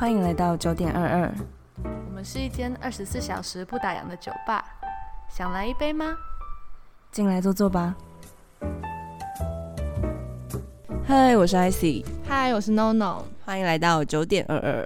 欢迎来到9.22。 我们是一间24小时不打烊的酒吧，想来一杯吗？ 进来坐坐吧。嗨，我是 IC。 嗨，我是 NoNo。 欢迎来到9.22。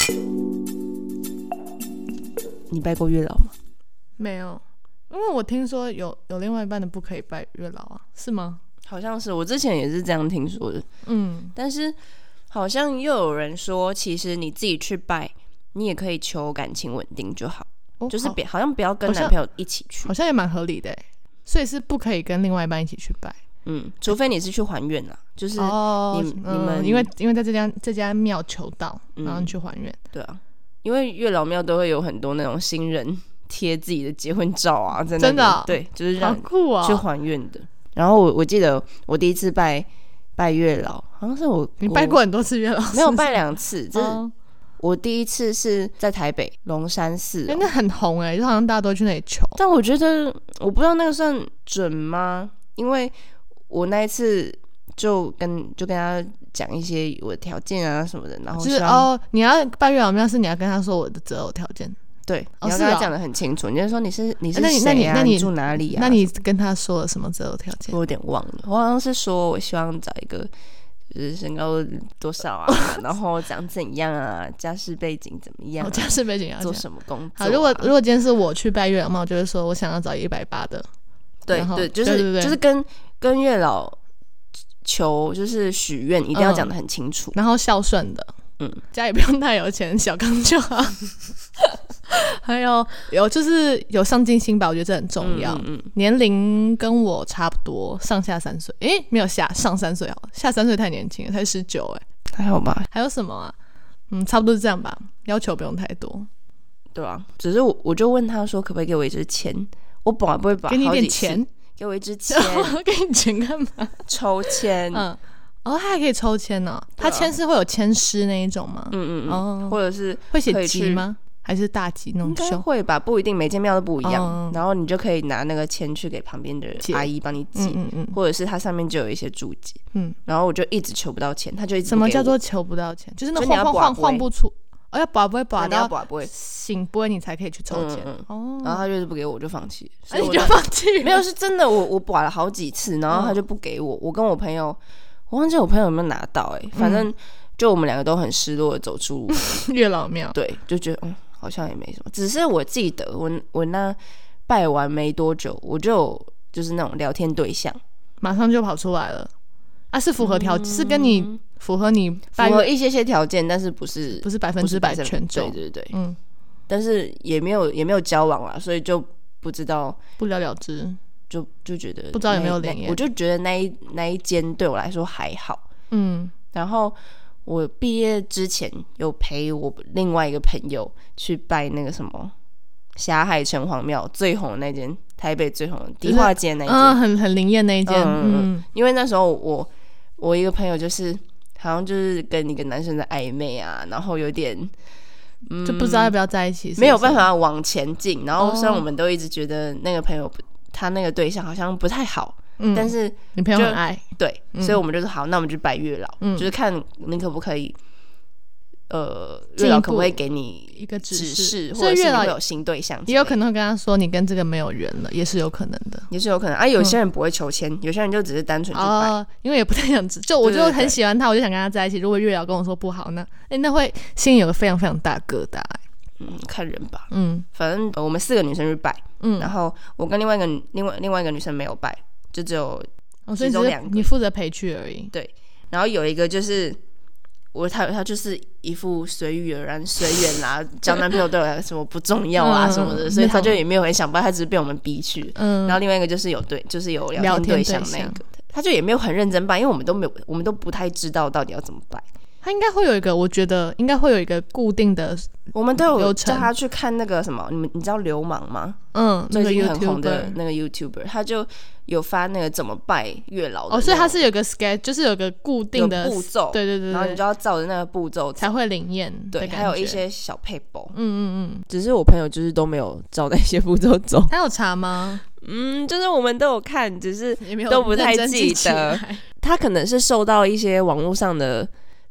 你拜过月老吗？ 没有，因为我听说有另外一半的不可以拜月老啊，是吗？ 好像是，我之前也是这样听说的。但是好像又有人说，其实你自己去拜，你也可以求感情稳定就好，就是好像不要跟男朋友一起去， 好像也蛮合理的耶。所以是不可以跟另外一半一起去拜。 除非你是去还愿啦，就是你们因为在这家庙求到，然后你去还愿。 对啊，因为月老庙都会有很多那种新人贴自己的结婚照啊，在那边真的哦？ 对，就是让好酷哦， 去还愿的。然后我记得我第一次拜月老，好像是你拜过很多次月老？ 没有，拜2次。就是我第一次是在台北龙山寺， 那很红就好像大家都去那里求。 但我觉得我不知道那个算准吗？因为我那一次就跟他讲一些我的条件啊什么的，然后就是你要拜月老庙是你要跟他说我的择偶条件。对， 你要跟他讲得很清楚，你就说你是谁啊？你住哪里啊？ 那你跟他说了什么择偶条件？ 我有点忘了，我好像是说我希望找一个就是身高多少啊，然后长怎样啊，家世背景怎么样啊， 家世背景要做什么工作啊。 好，如果今天是我去拜月老庙，我就会说我想要找180的。 对对，就是跟月老求，就是许愿一定要讲得很清楚， 然后孝顺的，家也不用太有钱，小康就好。还有就是有上进心吧，我觉得这很重要。年龄跟我差不多，上下3岁。没有上3岁好了，下3岁太年轻了，才19 还好吧？ 还有什么啊？差不多是这样吧，要求不用太多。 对啊，只是我就问他说，可不可以给我一支签？我本来不会把给你一点钱， 给我一支签。 给你钱干嘛？ 抽签。 他还可以抽签哦。他签是会有签诗那一种吗？ 或者是会写吉吗？还是大吉那种？应该会吧，不一定，每间庙都不一样。然后你就可以拿那个签去给旁边的阿姨帮你记，或者是它上面就有一些注解。然后我就一直求不到钱，他就一直不给我。 什么叫做求不到钱？就是那晃不出。要拔不会拔到醒不会你才可以去抽签。 然后他就是不给我，我就放弃。 所以你就放弃了？ 没有，是真的，我拔了好几次，然后他就不给我。我跟我朋友，我忘记我朋友有没有拿到反正就我们2个都很失落的走出月老庙。 对，就觉得好像也没什么。只是我记得我那拜完没多久，我就是那种聊天对象马上就跑出来了。是符合条件，是跟你符合一些条件，但是不是 100%全中。 对对对，但是也没有交往啦，所以就不知道， 不了了之， 就觉得不知道有没有联验。 我就觉得那一间对我来说还好。然后我毕业之前有陪我另外一个朋友去拜那个什么霞海城隍庙最红的那间，台北最红的迪化街那一间， 很灵验那一间。 因为那时候我一个朋友就是好像就是跟一个男生在暧昧啊，然后有点就不知道要不要在一起， 没有办法往前进。然后虽然我们都一直觉得那个朋友他那个对象好像不太好，但是你朋友很爱， 对，所以我们就说好，那我们就拜月老，就是看你可不可以月老可不可以给你一个指示，或者是你会有新对象， 也有可能会跟他说你跟这个没有缘了，也是有可能的， 也是有可能。有些人不会求签，有些人就只是单纯去拜， 因为也不太想我就很喜欢他，我就想跟他在一起。如果月老跟我说不好，那会心里有个非常非常大的疙瘩。 看人吧。反正我们4个女生去拜，然后我跟另外一个女生没有拜，就只有其中2个， 你负责陪去而已。 对，然后有一个就是他就是一副随遇而安随缘啦，交男朋友对我来什么不重要啊什么的，所以他就也没有很想拜，他只是被我们逼去。然后另外一个就是有聊天对象那个，他就也没有很认真拜，因为我们都不太知道到底要怎么拜。 他应该会有一个，我觉得应该会有一个固定的， 我们都有叫他去看那个什么，你知道流氓吗？最近很红的那个 YouTuber， 他就有发那个怎么拜月老的。 所以他是有个 sketch， 就是有个固定的步骤，对， 然后你就要照着那个步骤才会灵验。对， 还有一些小配包。只是我朋友就是都没有照那些步骤走。 他有查吗？ 就是我们都有看，只是都不太记得。他可能是受到一些网络上的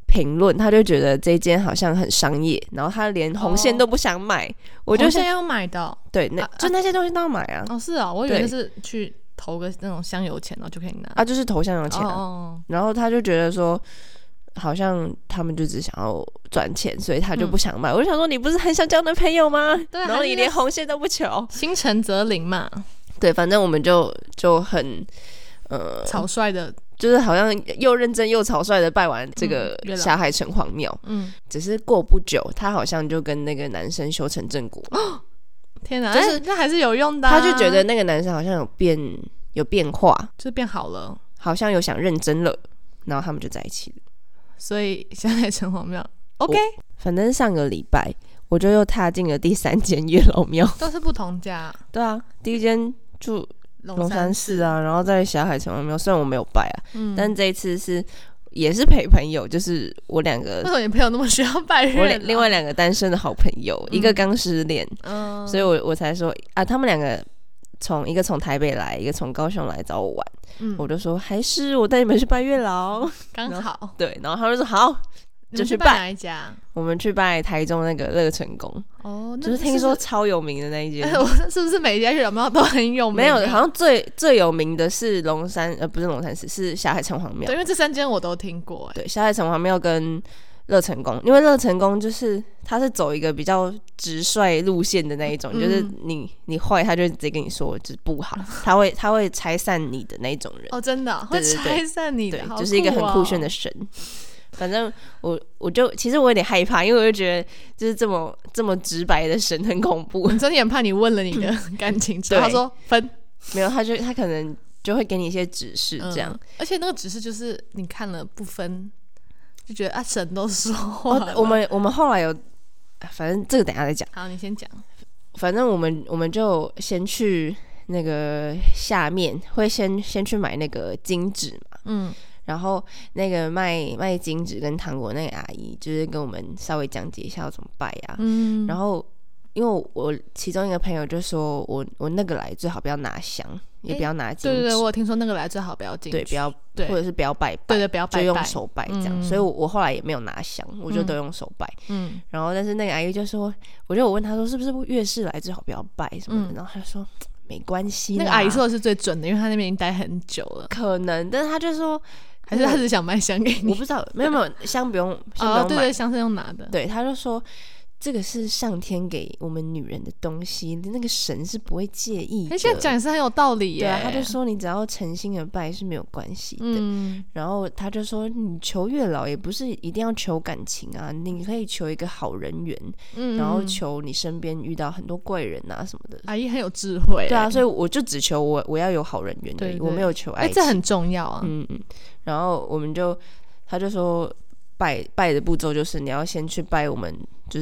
评论，他就觉得这间好像很商业，然后他连红线都不想买。我就红线要买的， 对，就那些东西都要买啊。 是啊，我以为就是去投个那种香油钱，然后就可以拿。 就是投香油钱啊。然后他就觉得说，好像他们就只想要赚钱，所以他就不想买。我就想说，你不是很想交男朋友吗？ 对， 然后你连红线都不求， 心诚则灵嘛。 对，反正我们就很草率的。 就是好像又认真又草率的拜完这个霞海城隍庙，只是过不久，他好像就跟那个男生修成正果。 天哪，就是那还是有用的。 他就觉得那个男生好像有变化， 就是变好了， 好像有想认真了，然后他们就在一起了。 所以霞海城隍庙 OK。 反正上个礼拜我就又踏进了第3间月老庙， 都是不同家。 对啊，第一间就龙山寺啊，然后在霞海城隍庙，虽然我没有拜啊，但这一次也是陪朋友，就是我2个。 为什么你朋友那么需要拜月老？ 我另外2个单身的好朋友，一个刚失恋，所以我才说啊，他们2个一个从台北来，一个从高雄来找我玩，我就说还是我带你们去拜月老， 刚好。 对，然后他们就说好。就去拜哪一家？ 我们去拜台中那个乐成宫。就是听说超有名的那一间。 是不是每一家月老庙都很有名？ 没有，好像最有名的是龙山，不是龙山寺，是霞海城隍庙。 对，因为这3间我都听过。 对，霞海城隍庙跟乐成宫，因为乐成宫就是他是走一个比较直率路线的那一种，就是你坏，他就直接跟你说就是不好，他会拆散你的那一种人。 真的会拆散你的， 对，就是一个很酷炫的神。反正我就其实我有点害怕，因为我就觉得就是这么直白的神很恐怖。 你真的很怕你问了你的感情之后，他说分没有，他可能就会给你一些指示这样。 而且那个指示就是你看了不分，就觉得神都说话了。 我们后来有，反正这个等一下再讲。 好，你先讲。 反正我们就先去那个下面，会先去买那个金纸嘛。然后那个卖金纸跟糖果那个阿姨，就是跟我们稍微讲解一下要怎么拜啊。然后因为我其中一个朋友就说我那个来最好不要拿香，也不要拿金纸。 对，我有听说那个来最好不要进去。 对，不要，或者是不要拜拜。 对，不要拜拜， 就用手拜这样。所以我后来也没有拿香，我就都用手拜。然后但是那个阿姨就说，我问她说是不是月事来最好不要拜什么的，然后她就说没关系。 那个阿姨说的是最准的，因为她那边已经待很久了。 可能，但是她就说。 还是他只想卖香给你？ 我不知道，没有香不用买。 对，香是用拿的。 对，他就说这个是上天给我们女人的东西，那个神是不会介意的。 现在讲也是很有道理耶。 对啊，他就说你只要诚心的拜是没有关系的。然后他就说你求月老也不是一定要求感情啊，你可以求一个好人缘，然后求你身边遇到很多贵人啊什么的。 阿姨很有智慧。 对啊，所以我就只求我要有好人缘而已，我没有求爱情。 这很重要啊。 然后他就说拜的步骤就是你要先去拜我们就是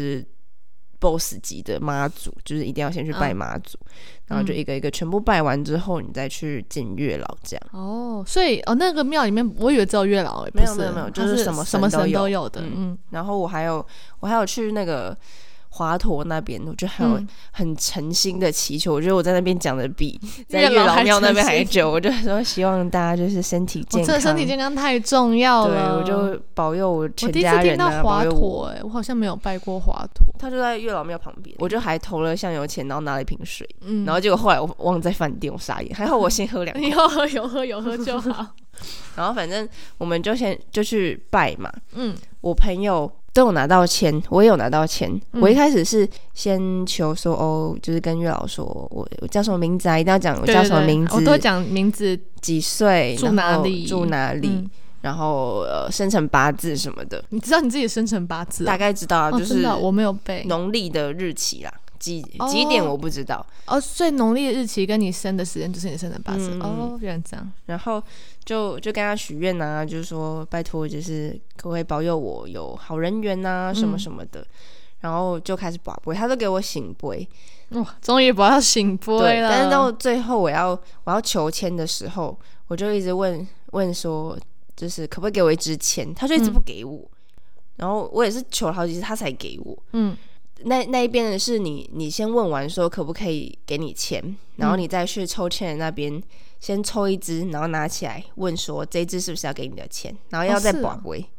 boss 级的妈祖，就是一定要先去拜妈祖，然后就一个一个全部拜完之后，你再去见月老这样。 所以那个庙里面我以为只有月老， 没有，就是什么神都有的。 然后我还有去那个华佗那边，我觉得还有很诚心的祈求，我觉得我在那边讲的比在月老庙那边还久。我就说希望大家就是身体健康， 这身体健康太重要了。对，我就保佑我全家人啊。 我第一次听到华佗，我好像没有拜过华佗。 他就在月老庙旁边，我就还投了香油钱，然后拿了一瓶水，然后结果后来我忘在饭店，我傻眼，还好我先喝2口。 你有喝就好。 然后反正我们就去拜嘛。我朋友都有拿到签，我也有拿到签。我一开始是先求说就是跟月老说我叫什么名字啊，一定要讲我叫什么名字， 我都讲名字， 几岁， 住哪里，然后生辰八字什么的。 你知道你自己的生辰八字？ 大概知道啊，就是我没有背农历的日期啦。几点我不知道所以农历的日期跟你生的时间就是你生辰八字。原来这样。 然后就跟他许愿啊，就是说拜托，就是可不可以保佑我有好人缘啊，什么什么的。然后就开始跋杯，他都给我醒杯。 终于跋到醒杯了。 但是到最后我要求签的时候，我就一直问说，就是可不可以给我一支签？他就一直不给我。然后我也是求了好几次，他才给我。那一边的是你先问完说可不可以给你签，然后你再去抽签的那边先抽一支，然后拿起来问说这一支是不是要给你的签，然后要再跋杯。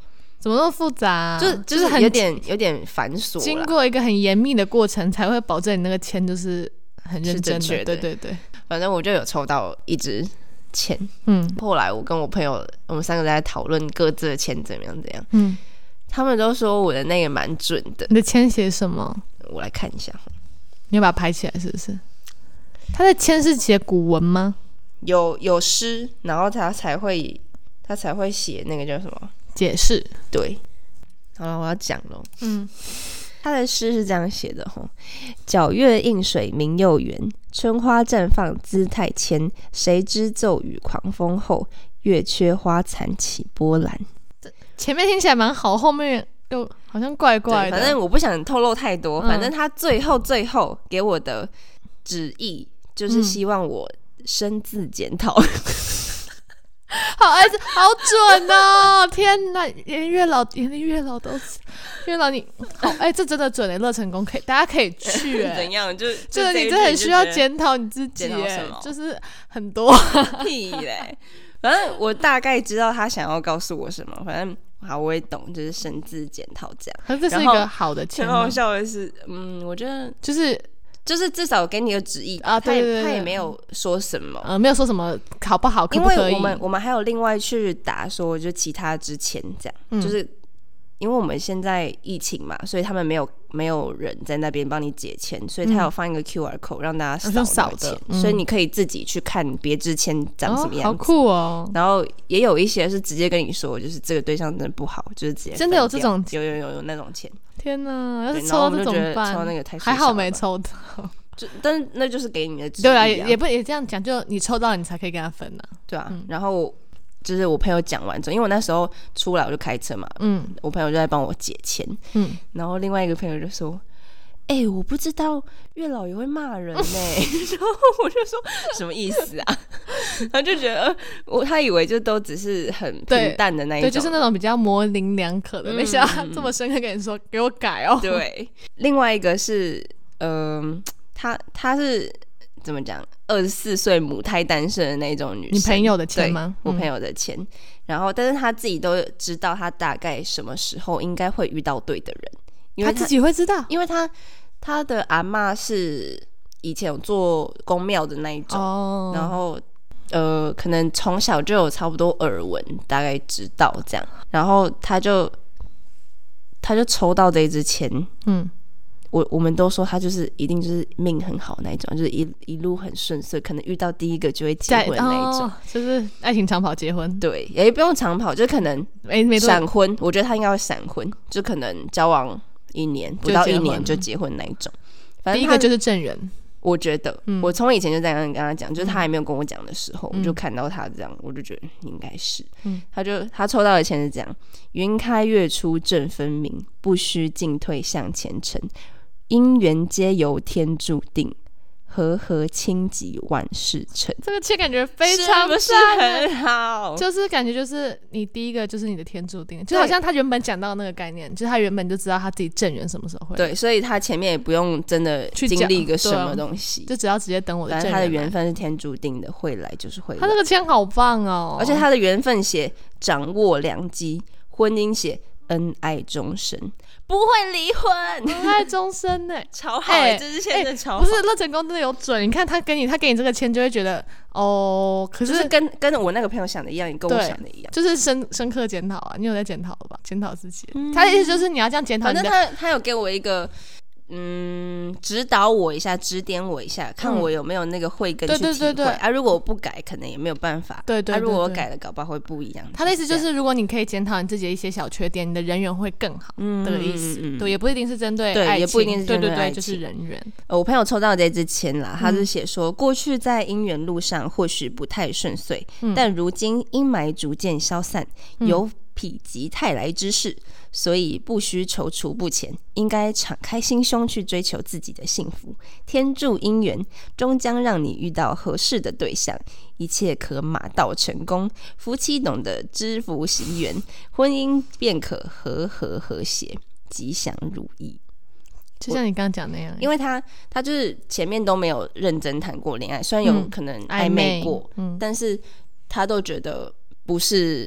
怎么那么复杂啊？ 就是有点繁琐啦， 经过一个很严密的过程才会保证你那个签就是很认真的。对对对， 反正我就有抽到一支签。后来我跟我朋友，我们3个在讨论各自的签怎么样。他们都说我的那个蛮准的。 你的签写什么？ 我来看一下， 你要把它拍起来是不是？他的签是写古文吗？ 有诗，然后他才会写那个叫什么解释。 对，好了，我要讲了。他的诗是这样写的齁：皎月映水明又圆，春花绽放姿态千。谁知骤雨狂风后，月缺花残起波澜。 前面听起来蛮好，后面又好像怪怪的。 反正我不想透露太多。反正他最后给我的旨意就是希望我深自检讨。 好准哦！天哪，连月老都月老你好这真的准乐成功大家可以去怎样？就你真的很需要检讨你自己就是很多屁嘞。反正我大概知道他想要告诉我什么，反正好我也懂，就是深自检讨这样。 可是这是一个好的签。 很好笑的是，我觉得就是至少给你个旨意啊，对，他也没有说什么， 没有说什么好不好，可不可以？ 因为我们还有另外去打说，就其他之前这样，就是因为我们现在疫情嘛，所以他们没有人在那边帮你解签，所以他有放一个 QR code 让大家扫的，所以你可以自己去看别支签长什么样子， 好酷哦！ 然后也有一些是直接跟你说，就是这个对象真的不好，就是直接真的有这种有那种签。 天哪！要是抽到这怎么办？ 抽那个太还好没抽到。 但是那就是给你的旨意。 对啊，也这样讲，就你抽到你才可以跟他分啊。对啊， 然后就是我朋友讲完之后，因为我那时候出来我就开车嘛，我朋友就在帮我解签，然后另外一个朋友就说：“我不知道月老也会骂人呢。”然后我就说什么意思啊？他就觉得他以为就都只是很平淡的那一种， 对，就是那种比较模棱两可的，没想到他这么深刻跟你说给我改哦。 对，另外一个是他是怎么讲？24岁母胎单身的那种女生。 你朋友的签吗？ 我朋友的签。然后，但是他自己都知道他大概什么时候应该会遇到对的人，因为他自己会知道， 因为他的阿嬷是以前有做宫庙的那一种，然后可能从小就有差不多耳闻，大概知道这样。然后他就抽到这一支签，我们都说他就是一定就是命很好那一种，就是一路很顺遂，可能遇到第一个就会结婚那一种， 就是爱情长跑结婚。 对，也不用长跑，就可能闪婚。我觉得他应该会闪婚，就可能交往1年不到1年就结婚那一种。反正第一个就是正人。 我觉得，我从以前就这样跟他讲，就是他还没有跟我讲的时候，我就看到他这样，我就觉得应该是。他抽到的签是这样：云开月出正分明，不须进退向前程。姻缘皆由天注定，和合清吉万事成。 这个签感觉非常是不是很好？ 就是感觉就是你第一个就是你的天注定，就好像他原本讲到那个概念，就是他原本就知道他自己正缘什么时候会。 对，所以他前面也不用真的经历一个什么东西， 就只要直接等我的正缘。 反正他的缘分是天注定的，会来就是会来。 他这个签好棒哦， 而且他的缘分写掌握良机，婚姻写恩爱终身。不会离婚， 恩爱终身呢， 超好这支签真的超好。 不是乐成功真的有准，你看他给你这个签，就会觉得可是就是跟我那个朋友想的一样，你跟我想的一样， 就是深刻检讨啊。你有在检讨了吧？检讨自己。他的意思就是你要这样检讨。 反正他有给我一个指导我一下，指点我一下，看我有没有那个慧根去体会啊。如果我不改，可能也没有办法。对，如果我改了，搞不好会不一样。 他的意思就是，如果你可以检讨你自己的一些小缺点，你的人缘会更好。这个意思。对，也不一定是针对爱情， 也不一定是针对爱情， 就是人缘。 我朋友抽到这支签啦，他是写说，过去在姻缘路上或许不太顺遂，但如今阴霾逐渐消散，有否极泰来之势，所以不需踌躇不前，应该敞开心胸去追求自己的幸福。天助姻缘，终将让你遇到合适的对象，一切可马到成功。夫妻懂得知福惜缘，婚姻便可和和和谐，吉祥如意。 就像你刚刚讲那样， 因为他就是前面都没有认真谈过恋爱，虽然有可能暧昧过，但是他都觉得不是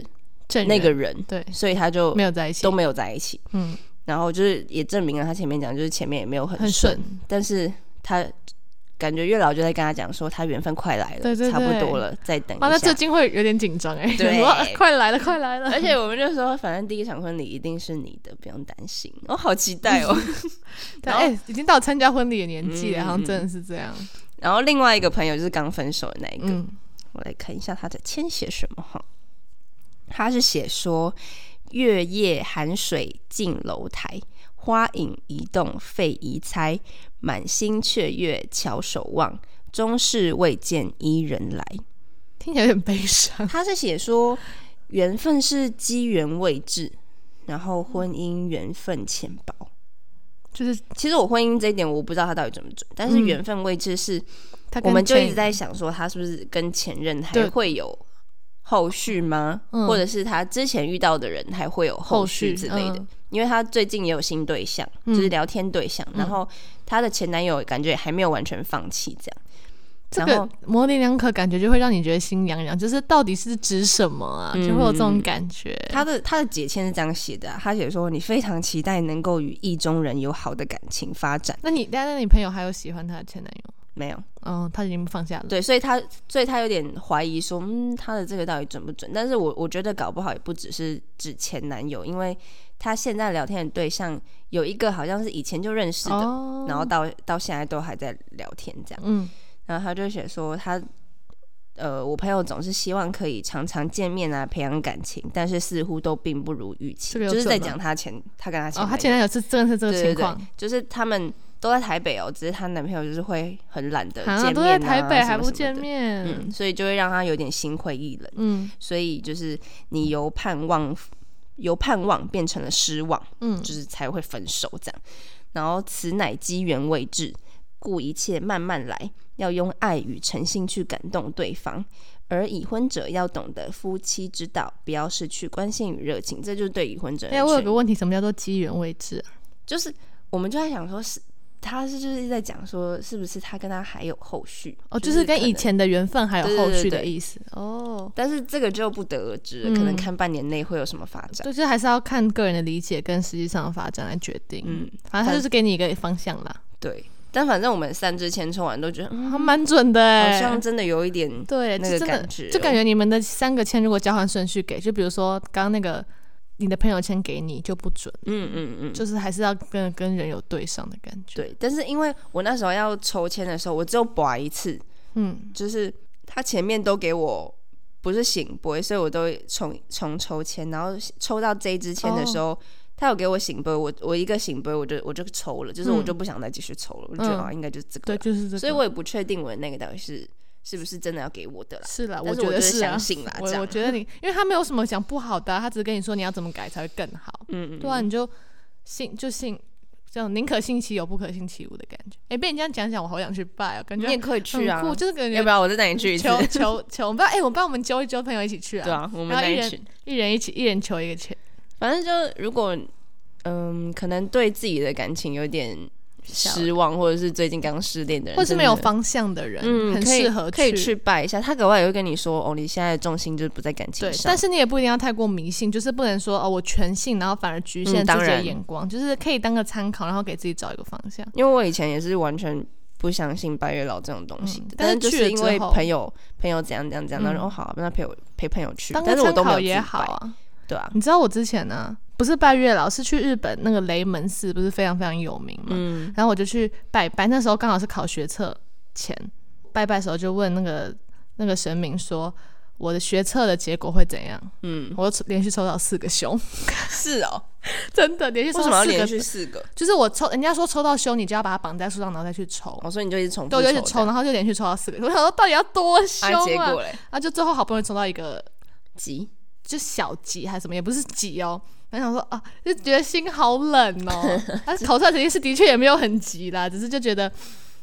那个人， 对， 所以他就没有在一起， 都没有在一起。然后就是也证明了他前面讲，就是前面也没有很顺，但是他感觉月老就在跟他讲说，他缘分快来了，对，差不多了，再等一下。 那最近会有点紧张对，快来了，快来了。 而且我们就说，反正第一场婚礼一定是你的，不用担心。我好期待哦。 对，已经到参加婚礼的年纪了，好像真的是这样。 然后另外一个朋友就是刚分手的那一个，我来看一下他的签写什么哈。他是写说，月夜寒水进楼台，花影移动费疑猜，满心雀跃翘首望，终是未见伊人来。 听起来有点悲伤。 他是写说，缘分是机缘未至，然后婚姻缘分浅薄。就是其实我婚姻这一点我不知道他到底准不准，但是缘分未至是，我们就一直在想说，他是不是跟前任还会有后续吗？或者是他之前遇到的人还会有后续之类的？因为他最近也有新对象，就是聊天对象，然后他的前男友感觉还没有完全放弃这样。 这个模棱两可感觉就会让你觉得心痒痒，就是到底是指什么啊？就会有这种感觉。他的解签是这样写的他写说，你非常期待能够与意中人有好的感情发展。 那你朋友还有喜欢他的前男友？ 没有， 他已经放下了。 对，所以他有点怀疑说，他的这个到底准不准？但是我觉得搞不好也不只是指前男友，因为他现在聊天的对象有一个好像是以前就认识的，然后到现在都还在聊天这样。然后他就写说我朋友总是希望可以常常见面啊，培养感情，但是似乎都并不如预期。就是在讲他跟他前男友， 他前男友是真的是这个情况， 对，就是他们都在台北只是她男朋友就是会很懒得见面都在台北还不见面， 所以就会让他有点心灰意冷。所以就是你由盼望变成了失望，就是才会分手这样。然后此乃机缘未至，故一切慢慢来，要用爱与诚信去感动对方。而已婚者要懂得夫妻之道，不要失去关心与热情，这就是对已婚者的劝。 我有个问题，什么叫做机缘未至？ 就是我们就在想说，他就是在讲说，是不是他跟他还有后续？ 就是跟以前的缘分还有后续的意思。 但是这个就不得而知了，可能看半年内会有什么发展。 就是还是要看个人的理解跟实际上的发展来决定。反正他就是给你一个方向啦。 对。但反正我们3支签抽完都觉得还蛮准的好像真的有一点那个感觉。 就感觉你们的3个签如果交换顺序给，就比如说刚刚那个你的朋友签给你就不准。就是还是要跟人有对上的感觉。 对，但是因为我那时候要抽签的时候，我只有拔一次。就是他前面都给我不是醒杯，所以我都重抽签，然后抽到这一支签的时候。他有给我醒杯，我一个醒杯我就抽了，就是我就不想再继续抽了，我就觉得应该就是这个， 对，就是这个， 所以我也不确定我的那个到底是不是真的要给我的啦。 是啦， 我觉得是相信啦。 我觉得你，因为他没有什么讲不好的他只是跟你说你要怎么改才会更好。对啊，你就信，这样宁可信其有，不可信其无的感觉。被你这样讲，我好想去拜感觉你也可以去啊， 很酷，就是感觉要不要我再带你去一次？ 求，我们帮我们揪一揪朋友一起去啊。 对啊，我们那一群一人求一个签。 反正就如果可能对自己的感情有点失望，或者是最近刚失恋的人， 或是没有方向的人，很适合可以去拜一下。他格外也会跟你说，你现在的重心就是不在感情上。 对，但是你也不一定要太过迷信，就是不能说我全信，然后反而局限自己的眼光，就是可以当个参考，然后给自己找一个方向。 因为我以前也是完全不相信拜月老这种东西的，但是就是因为朋友怎样，然后好，那陪朋友去，但是我都没有也好啊。对啊， 你知道我之前呢？不是拜月老，是去日本那个雷门寺，不是非常非常有名嘛？然后我就去拜拜，那时候刚好是考学测前，拜拜的时候就问那个神明说，我的学测的结果会怎样？我就连续抽到4个凶。 是哦， 真的连续抽到4个。 为什么要连续4个？ 就是人家说抽到凶，你就要把它绑在树上，然后再去抽。 所以你就一直重复抽。对，就一直抽，然后就连续抽到4个。我想说到底要多凶啊？ 结果嘞， 就最后好不容易抽到一个吉， 就小吉还是什么，也不是吉哦。然后想说就觉得心好冷哦。他考出来成绩是的确也没有很急啦，只是就觉得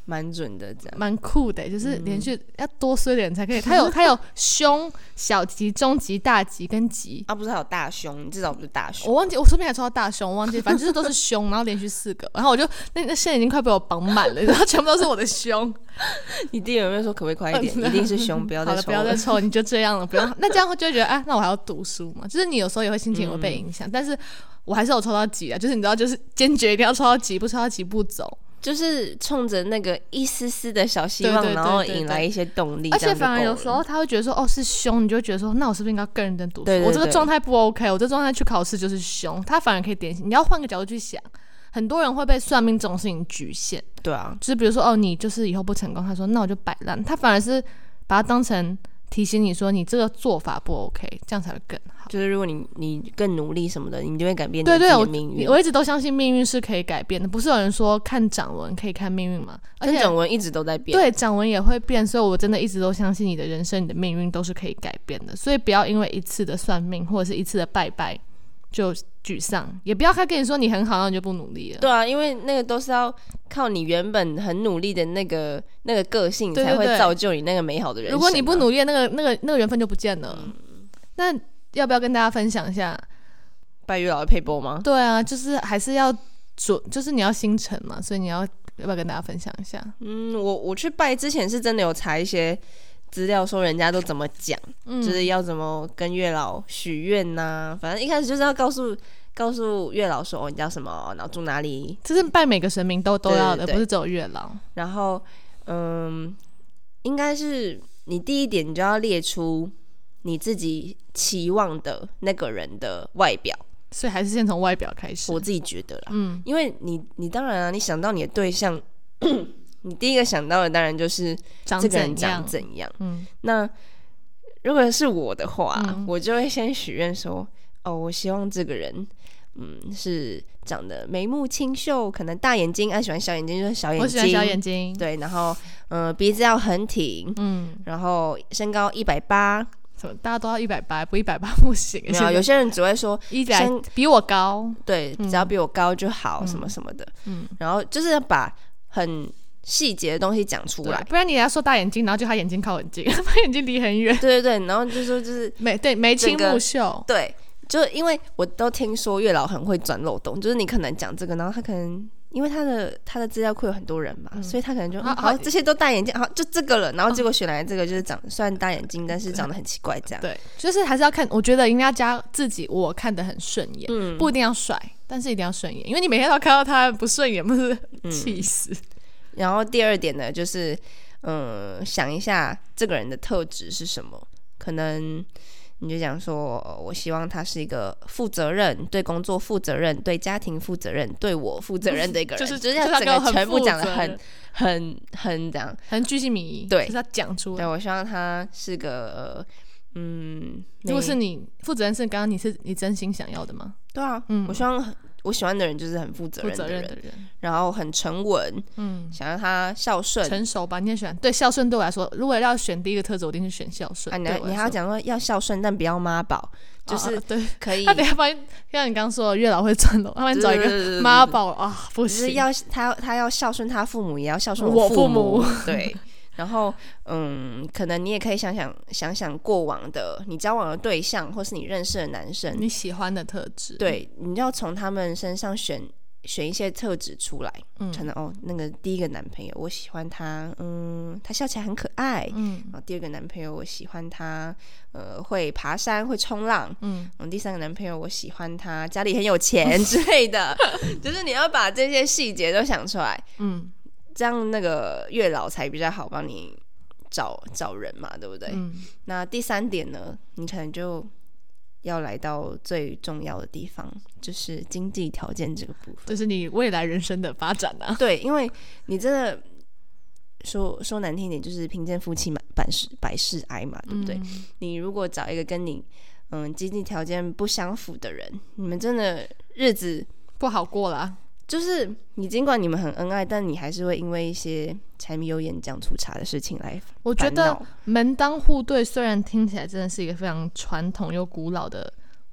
蛮准的，这样蛮酷的，就是连续要多衰的人才可以。他有凶、小吉、中吉、大吉跟吉啊，不是还有大凶？你至少不是大凶。 我忘记我说不定还抽到大凶，我忘记，反正就是都是凶，然后连续4个，然后我就那线已经快被我绑满了，然后全部都是我的凶。 你弟有没有说可不可以快一点？一定是凶，不要再抽了。 好了，不要再抽，你就这样了，不用。那这样就会觉得啊，那我还要读书嘛？就是你有时候也会心情会被影响，但是我还是有抽到吉啊，就是你知道，就是坚决一定要抽到吉，不抽到吉不走。 就是冲着那个一丝丝的小希望，然后引来一些动力， 而且反而有时候他会觉得说，哦是凶，你就会觉得说，那我是不是应该更认真读书？我这个状态不 OK， 我这状态去考试就是凶，他反而可以点醒。你要换个角度去想，很多人会被算命这种事情局限。 对啊， 就是比如说哦，你就是以后不成功，他说那我就摆烂，他反而是把它当成提醒你说你这个做法不 OK， 这样才会更好。 就是如果你更努力什么的，你就会改变你自己的命运。 我一直都相信命运是可以改变的，不是有人说看掌纹可以看命运吗？而且掌纹一直都在变， 对，掌纹也会变，所以我真的一直都相信你的人生、你的命运都是可以改变的。所以不要因为一次的算命或者是一次的拜拜就沮丧，也不要他跟你说你很好，然后你就不努力了。 对啊，因为那个都是要靠你原本很努力的那个个性才会造就你那个美好的人生。 如果你不努力，那个缘分就不见了。那要不要跟大家分享一下拜月老的配播吗？ 对啊，就是还是要就是你要星辰嘛，所以你要不要跟大家分享一下？ 我去拜之前是真的有查一些资料，说人家都怎么讲，就是要怎么跟月老许愿呐。反正一开始就是要告诉月老说，你叫什么，然后住哪里。 这是拜每个神明都要的，不是只有月老。 然后应该是你第一点，你就要列出你自己期望的那个人的外表， 所以还是先从外表开始。 我自己觉得啦，因为你当然你想到你的对象，你第一个想到的当然就是这个人长怎样。那如果是我的话，我就会先许愿说，我希望这个人，是长得眉目清秀，可能大眼睛，喜欢小眼睛就是小眼睛， 我喜欢小眼睛， 对，然后鼻子要很挺，然后身高180。 大家都要180，不180不行。 没有，有些人只会说 100比我高， 对，只要比我高就好，什么什么的。然后就是要把很细节的东西讲出来， 不然你要说大眼睛，然后就他眼睛靠很近，他眼睛离很远。 对对对，然后就说就是眉清目秀。 对，就因为我都听说月老很会钻漏洞，就是你可能讲这个，然后他可能。因为他的资料库有很多人嘛，所以他可能就好，这些都大眼睛，好就这个了，然后结果选来这个就是长虽然大眼睛，但是长得很奇怪这样。 对，就是还是要看，我觉得应该要加自己我看得很顺眼，不一定要帅，但是一定要顺眼，因为你每天都看到他不顺眼，不是气死。 然后第二点呢，就是想一下这个人的特质是什么，可能。你就讲说，我希望他是一个负责任，对工作负责任，对家庭负责任，对我负责任的一个人，就是要整个全部讲的很这样， 很巨细靡遗， 对， 就是要讲出来。 对，我希望他是个如果是你负责任，是刚刚你真心想要的吗？ 对啊，我希望我喜欢的人就是很负责任的人，然后很沉稳，想要他孝顺、 成熟吧。你也喜欢？对，孝顺对我来说，如果要选第一个特质，我一定是选孝顺。 你还要讲说要孝顺，但不要妈宝，就是对， 可以。 他等一下发现，像你刚刚说的，月老会钻漏，他们找一个妈宝啊，不行。 就是他要孝顺他父母，也要孝顺我父母。对。然后，可能你也可以想想过往的你交往的对象，或是你认识的男生， 你喜欢的特质。对， 你要从他们身上选一些特质出来。可能那个第一个男朋友，我喜欢他，他笑起来很可爱。然后第二个男朋友，我喜欢他，会爬山，会冲浪。第三个男朋友，我喜欢他家里很有钱之类的。就是你要把这些细节都想出来。这样那个月老才比较好帮你找人嘛，对不对？那第三点呢，你可能就要来到最重要的地方，就是经济条件这个部分， 就是你未来人生的发展啊。 对，因为你真的说难听一点，就是贫贱夫妻百事哀嘛，对不对？你如果找一个跟你经济条件不相符的人，你们真的日子不好过啦。 就是你尽管你们很恩爱，但你还是会因为一些柴米油盐酱醋茶的事情来烦恼。 我觉得门当户对虽然听起来真的是一个非常传统又古老的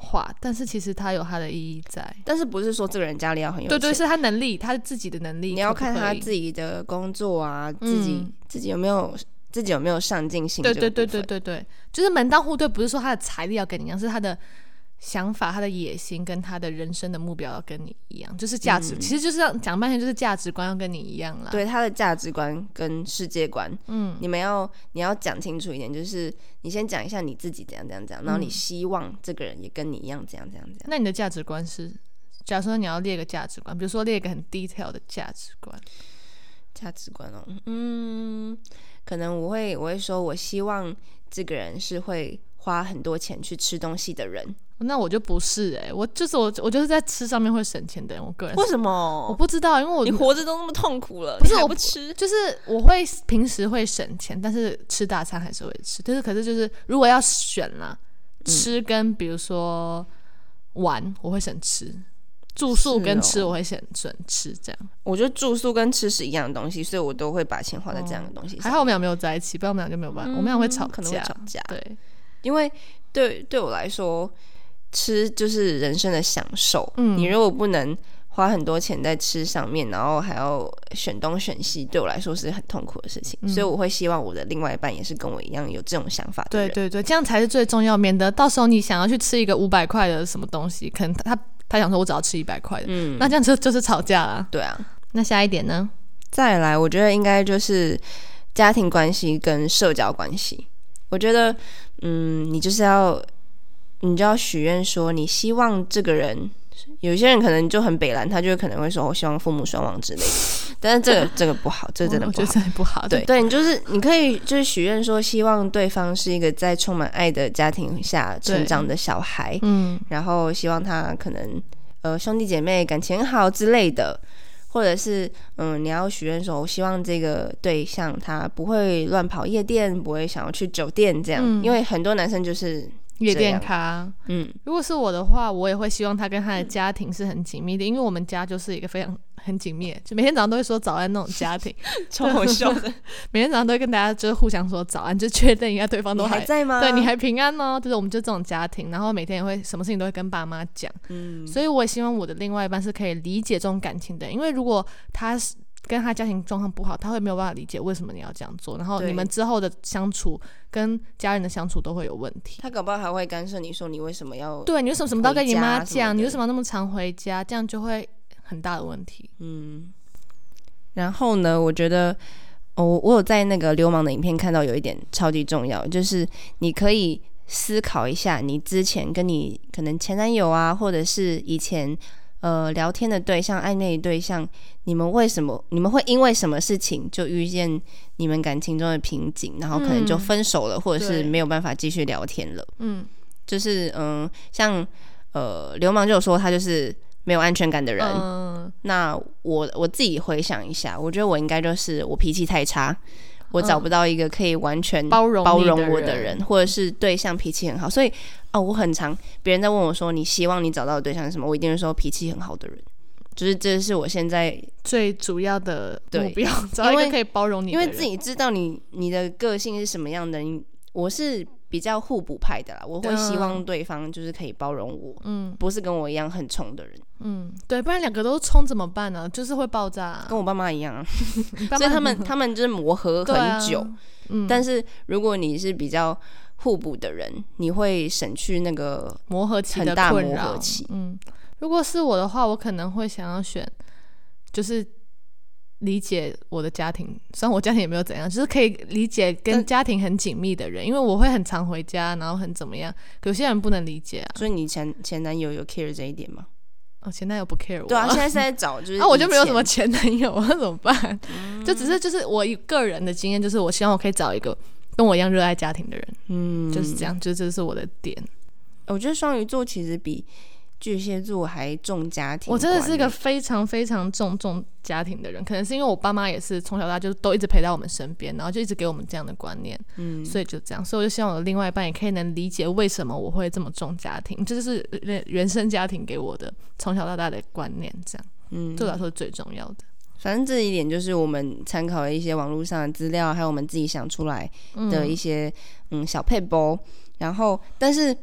话，但是其实它有它的意义在。 但是不是说这个人家里要很有钱？ 对，是他能力，他自己的能力。 你要看他自己的工作啊，自己有没有上进心。 对，就是门当户对，不是说他的财力要跟你一样，是他的想法、他的野心跟他的人生的目标要跟你一样，就是价值。其实就是讲半天，就是价值观要跟你一样啦。 对，他的价值观跟世界观，你要讲清楚一点，就是你先讲一下你自己怎样，然后你希望这个人也跟你一样怎样。 那你的价值观是？假如说你要列个价值观，比如说列一个很 detail 的价值观。 价值观哦，可能我会说，我希望这个人是会花很多钱去吃东西的人。 那我就不是我就是在吃上面会省钱的人。我个人为什么？ 我不知道，因为你活着都那么痛苦了， 不是你还不吃？ 就是我会平时会省钱，但是吃大餐还是会吃。可是就是如果要选啦，吃跟比如说玩，我会省吃。住宿跟吃我会选吃，这样。 我觉得住宿跟吃是一样的东西，所以我都会把钱花在这样的东西上。 还好我们俩没有在一起，不然我们俩就没有办法。我们俩会吵架， 可能会吵架。 对， 因为对我来说，吃就是人生的享受。你如果不能花很多钱在吃上面，然后还要选东选西，对我来说是很痛苦的事情。所以我会希望我的另外一半也是跟我一样有这种想法的人。 对，这样才是最重要，免得到时候你想要去吃一个500块的什么东西，可能他想说我只要吃100块的，那这样就是吵架啦。 对啊，那下一点呢？ 再来，我觉得应该就是家庭关系跟社交关系。我觉得，你就要许愿说，你希望这个人，有些人可能就很北蓝，他就可能会说，我希望父母双亡之类的。但是这个不好，这真的不好， 我觉得真的不好。 对，你可以就是许愿说，希望对方是一个在充满爱的家庭下成长的小孩，然后希望他可能兄弟姐妹感情好之类的，或者是你要许愿说，我希望这个对象他不会乱跑夜店，不会想要去酒店这样，因为很多男生就是夜店咖。如果是我的话，我也会希望他跟他的家庭是很紧密的，因为我们家就是一个很紧密的，就每天早上都会说早安那种家庭， 超好笑的。 每天早上都会跟大家就是互相说早安，就确认一下对方都还在吗？ 对，你还平安哦。就是我们就这种家庭，然后每天也会什么事情都会跟爸妈讲。所以我也希望我的另外一半是可以理解这种感情的，因为如果他跟他家庭状况不好，他会没有办法理解为什么你要这样做，然后你们之后的相处跟家人的相处都会有问题。 他搞不好还会干涉你说你为什么要对你为什么都要跟你妈讲，你为什么要那么常回家，这样就会很大的问题。 然后呢，我觉得我有在那个流氓的影片看到有一点超级重要，就是你可以思考一下，你之前跟你可能前男友啊，或者是以前聊天的对象、暧昧的对象，你们会因为什么事情就遇见你们感情中的瓶颈，然后可能就分手了，或者是没有办法继续聊天了。就是像流氓就有说他就是没有安全感的人。那我自己回想一下，我觉得我应该就是我脾气太差，我找不到一个可以完全包容我的人，或者是对象脾气很好，所以我很常别人在问我说你希望你找到的对象是什么，我一定会说脾气很好的人，就是这是我现在最主要的目标，找一个可以包容你的人， 因为自己知道你的个性是什么样的。我是比较互补派的啦，我会希望对方就是可以包容我，不是跟我一样很冲的人。 对，不然两个都冲怎么办呢？就是会爆炸跟我爸妈一样所以他们就是磨合很久。但是如果你是比较互补的人，你会省去那个磨合期的困扰。如果是我的话，我可能会想要选就是理解我的家庭，虽然我家庭也没有怎样，就是可以理解跟家庭很紧密的人，因为我会很常回家，然后很怎么样，有些人不能理解啊。 所以你前男友有 care 这一点吗？ 前男友不 care 我。 对啊，现在是在找就是我就没有什么前男友啊，怎么办？就只是就是我个人的经验，就是我希望我可以找一个跟我一样热爱家庭的人。就是这样，就这是我的点。 我觉得双鱼座其实比巨蟹座还重家庭观。 我真的是一个非常非常重家庭的人，可能是因为我爸妈也是从小到大就都一直陪在我们身边，然后就一直给我们这样的观念。所以就这样，所以我就希望我的另外一半也可以能理解为什么我会这么重家庭，这就是原生家庭给我的从小到大的观念，这样对我来说是最重要的。 反正这一点就是我们参考了一些网络上的资料，还有我们自己想出来的一些小撇步。然后但是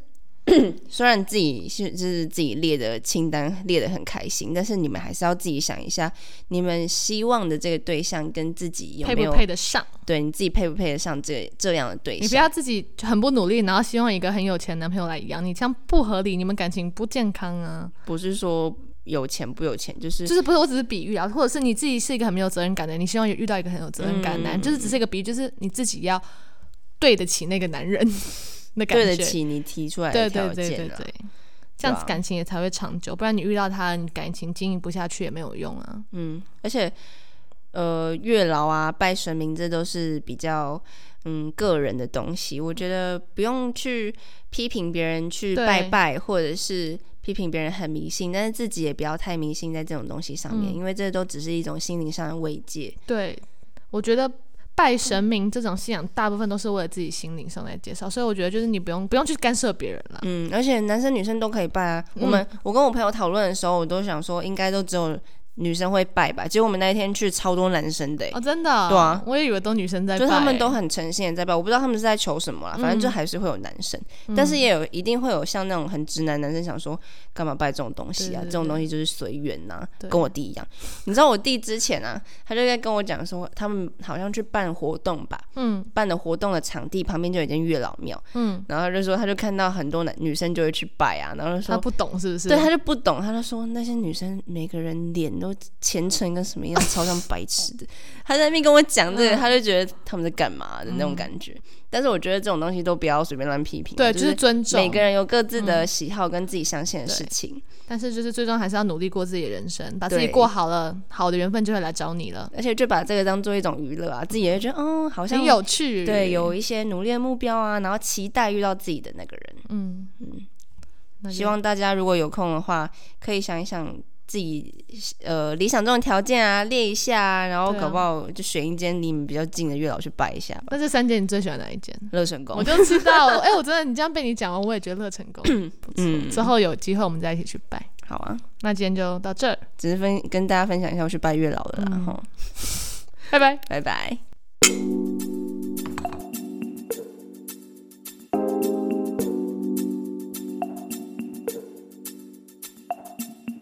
虽然自己就是自己列的清单列得很开心，但是你们还是要自己想一下，你们希望的这个对象跟自己有没有配不配得上？ 对，你自己配不配得上这样的对象？ 你不要自己很不努力，然后希望一个很有钱的男朋友来养你，这样不合理，你们感情不健康啊。 不是说有钱不有钱，就是不是，我只是比喻啊，或者是你自己是一个很没有责任感的人，你希望遇到一个很有责任感的男人，就是只是一个比喻，就是你自己要对得起那个男人的感觉， 对得起你提出来的条件， 对，这样子感情也才会长久，不然你遇到他，你感情经营不下去也没有用啊。 而且月老啊、拜神明，这都是比较个人的东西，我觉得不用去批评别人去拜拜，或者是批评别人很迷信，但是自己也不要太迷信在这种东西上面，因为这都只是一种心灵上的慰藉。 对，我觉得拜神明这种信仰大部分都是为了自己心灵上来介绍，所以我觉得就是你不用去干涉别人啦。 而且男生女生都可以拜啊。我跟我朋友讨论的时候，我都想说应该都只有女生会拜吧，结果我们那一天去超多男生的真的对啊， 我也以为都女生在拜， 就他们都很诚心的在拜，我不知道他们是在求什么啦，反正就还是会有男生，但是也一定会有像那种很直男男生想说干嘛拜这种东西啊，这种东西就是随缘呐，跟我弟一样。你知道我弟之前啊，他就在跟我讲说他们好像去办活动吧，办的活动的场地旁边就有一间月老庙，然后他就说他就看到很多女生就会去拜啊，然后就说他不懂是不是？ 对，他就不懂，他就说那些女生每个人脸都虔诚跟什么样，超像白痴的。他在那边跟我讲这个，他就觉得他们在干嘛的那种感觉。但是我觉得这种东西都不要随便乱批评， 对，就是尊重。 每个人有各自的喜好跟自己相信的事情， 但是就是最终还是要努力过自己的人生，把自己过好了，好的缘分就会来找你了。 而且就把这个当做一种娱乐啊，自己也会觉得好像很有趣， 对，有一些努力的目标啊，然后期待遇到自己的那个人。希望大家如果有空的话，可以想一想自己理想中的条件啊，列一下，然后搞不好就选一间离你们比较近的月老去拜一下吧。 那这3间你最喜欢哪一间？ 乐成宫。 我就知道，我真的你这样被你讲完，我也觉得乐成宫不错。之后有机会我们再一起去拜。 好啊， 那今天就到这儿， 只是跟大家分享一下我去拜月老的啦。 拜拜， 拜拜。